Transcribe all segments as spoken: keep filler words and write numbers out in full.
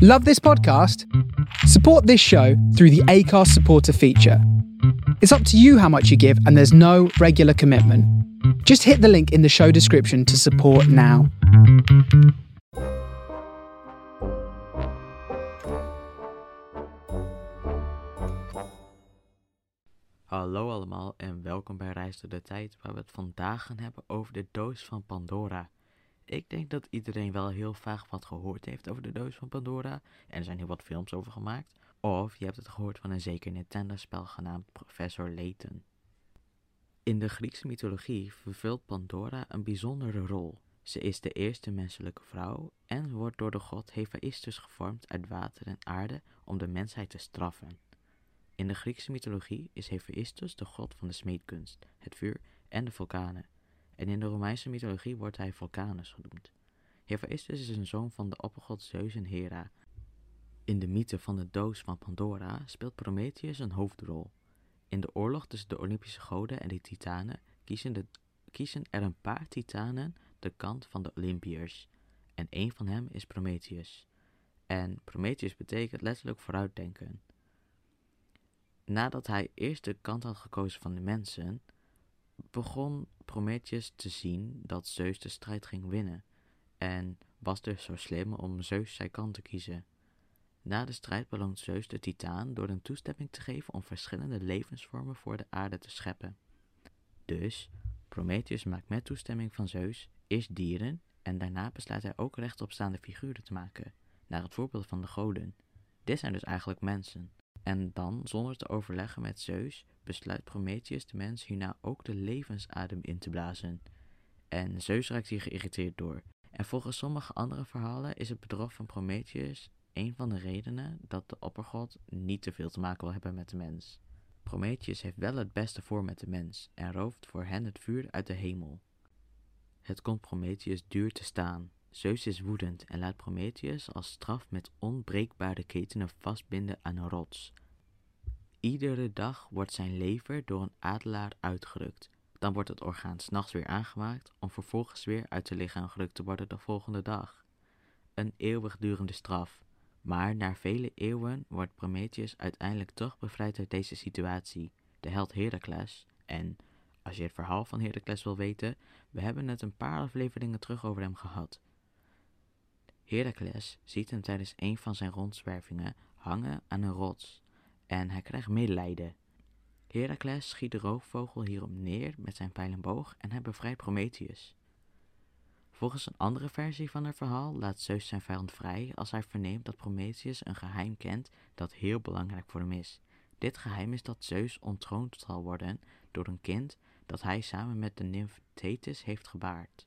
Love this podcast? Support this show through the Acast supporter feature. It's up to you how much you give and there's no regular commitment. Just hit the link in the show description to support now. Hallo allemaal en welkom bij Reis door de Tijd, waar we het vandaag gaan hebben over de doos van Pandora. Ik denk dat iedereen wel heel vaak wat gehoord heeft over de doos van Pandora en er zijn heel wat films over gemaakt. Of je hebt het gehoord van een zeker Nintendo-spel genaamd Professor Layton. In de Griekse mythologie vervult Pandora een bijzondere rol. Ze is de eerste menselijke vrouw en wordt door de god Hephaïstos gevormd uit water en aarde om de mensheid te straffen. In de Griekse mythologie is Hephaïstos de god van de smeedkunst, het vuur en de vulkanen. En in de Romeinse mythologie wordt hij Vulcanus genoemd. Hephaïstos is een zoon van de oppergod Zeus en Hera. In de mythe van de doos van Pandora speelt Prometheus een hoofdrol. In de oorlog tussen de Olympische goden en de titanen kiezen, de, kiezen er een paar titanen de kant van de Olympiërs. En één van hen is Prometheus. En Prometheus betekent letterlijk vooruitdenken. Nadat hij eerst de kant had gekozen van de mensen, begon Prometheus te zien dat Zeus de strijd ging winnen en was dus zo slim om Zeus zijn kant te kiezen. Na de strijd beloont Zeus de Titaan door hem toestemming te geven om verschillende levensvormen voor de aarde te scheppen. Dus, Prometheus maakt met toestemming van Zeus eerst dieren en daarna besluit hij ook rechtopstaande figuren te maken, naar het voorbeeld van de goden. Dit zijn dus eigenlijk mensen. En dan, zonder te overleggen met Zeus, besluit Prometheus de mens hierna ook de levensadem in te blazen. En Zeus raakt hier geïrriteerd door. En volgens sommige andere verhalen is het bedrog van Prometheus een van de redenen dat de oppergod niet te veel te maken wil hebben met de mens. Prometheus heeft wel het beste voor met de mens en rooft voor hen het vuur uit de hemel. Het komt Prometheus duur te staan. Zeus is woedend en laat Prometheus als straf met onbreekbare ketenen vastbinden aan een rots. Iedere dag wordt zijn lever door een adelaar uitgerukt. Dan wordt het orgaan 's nachts weer aangemaakt om vervolgens weer uit zijn lichaam gerukt te worden de volgende dag. Een eeuwigdurende straf. Maar na vele eeuwen wordt Prometheus uiteindelijk toch bevrijd uit deze situatie. De held Heracles, en als je het verhaal van Heracles wil weten, we hebben het een paar afleveringen terug over hem gehad. Heracles ziet hem tijdens een van zijn rondzwervingen hangen aan een rots en hij krijgt medelijden. Heracles schiet de roofvogel hierop neer met zijn pijl en boog en hij bevrijdt Prometheus. Volgens een andere versie van het verhaal laat Zeus zijn vijand vrij als hij verneemt dat Prometheus een geheim kent dat heel belangrijk voor hem is. Dit geheim is dat Zeus ontroond zal worden door een kind dat hij samen met de nimf Thetis heeft gebaard.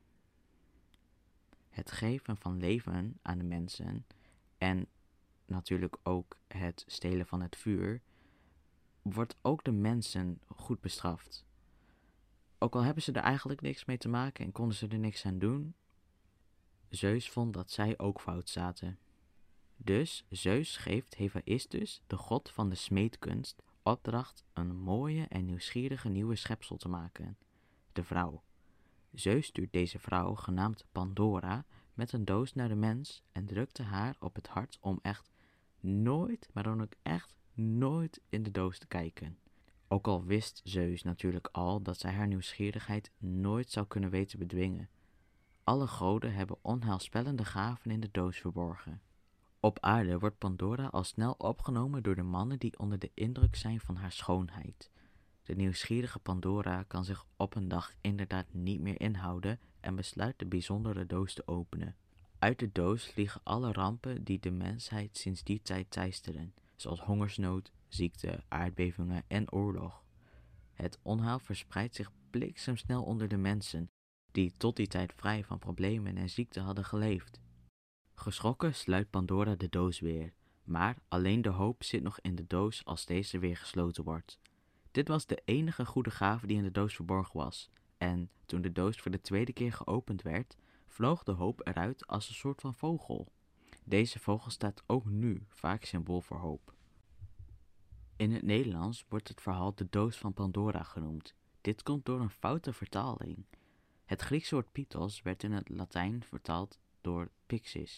Het geven van leven aan de mensen en natuurlijk ook het stelen van het vuur wordt ook de mensen goed bestraft. Ook al hebben ze er eigenlijk niks mee te maken en konden ze er niks aan doen, Zeus vond dat zij ook fout zaten. Dus Zeus geeft Hephaïstos, de god van de smeedkunst, opdracht een mooie en nieuwsgierige nieuwe schepsel te maken, de vrouw. Zeus stuurt deze vrouw, genaamd Pandora, met een doos naar de mens en drukte haar op het hart om echt nooit, maar dan ook echt nooit in de doos te kijken. Ook al wist Zeus natuurlijk al dat zij haar nieuwsgierigheid nooit zou kunnen weten bedwingen. Alle goden hebben onheilspellende gaven in de doos verborgen. Op aarde wordt Pandora al snel opgenomen door de mannen die onder de indruk zijn van haar schoonheid. De nieuwsgierige Pandora kan zich op een dag inderdaad niet meer inhouden en besluit de bijzondere doos te openen. Uit de doos vliegen alle rampen die de mensheid sinds die tijd teisteren, zoals hongersnood, ziekte, aardbevingen en oorlog. Het onheil verspreidt zich bliksemsnel onder de mensen, die tot die tijd vrij van problemen en ziekte hadden geleefd. Geschrokken sluit Pandora de doos weer, maar alleen de hoop zit nog in de doos als deze weer gesloten wordt. Dit was de enige goede gave die in de doos verborgen was, en toen de doos voor de tweede keer geopend werd, vloog de hoop eruit als een soort van vogel. Deze vogel staat ook nu vaak symbool voor hoop. In het Nederlands wordt het verhaal de doos van Pandora genoemd. Dit komt door een foute vertaling. Het Griekse woord pythos werd in het Latijn vertaald door pyxis,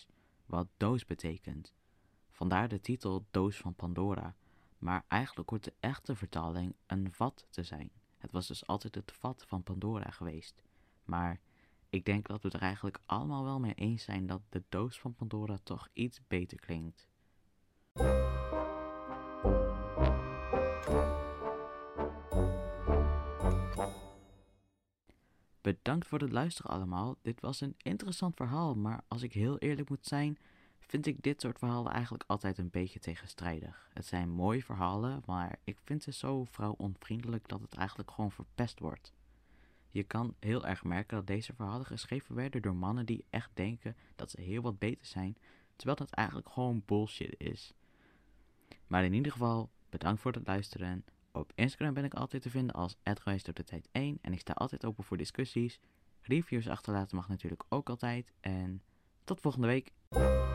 wat doos betekent. Vandaar de titel Doos van Pandora, maar eigenlijk hoort de echte vertaling een vat te zijn. Het was dus altijd het vat van Pandora geweest. Maar ik denk dat we er eigenlijk allemaal wel mee eens zijn dat de doos van Pandora toch iets beter klinkt. Bedankt voor het luisteren allemaal. Dit was een interessant verhaal, maar als ik heel eerlijk moet zijn, vind ik dit soort verhalen eigenlijk altijd een beetje tegenstrijdig. Het zijn mooie verhalen, maar ik vind ze zo vrouwonvriendelijk dat het eigenlijk gewoon verpest wordt. Je kan heel erg merken dat deze verhalen geschreven werden door mannen die echt denken dat ze heel wat beter zijn, terwijl dat eigenlijk gewoon bullshit is. Maar in ieder geval, bedankt voor het luisteren. Op Instagram ben ik altijd te vinden als at geweest door de tijd één en ik sta altijd open voor discussies. Reviews achterlaten mag natuurlijk ook altijd en tot volgende week.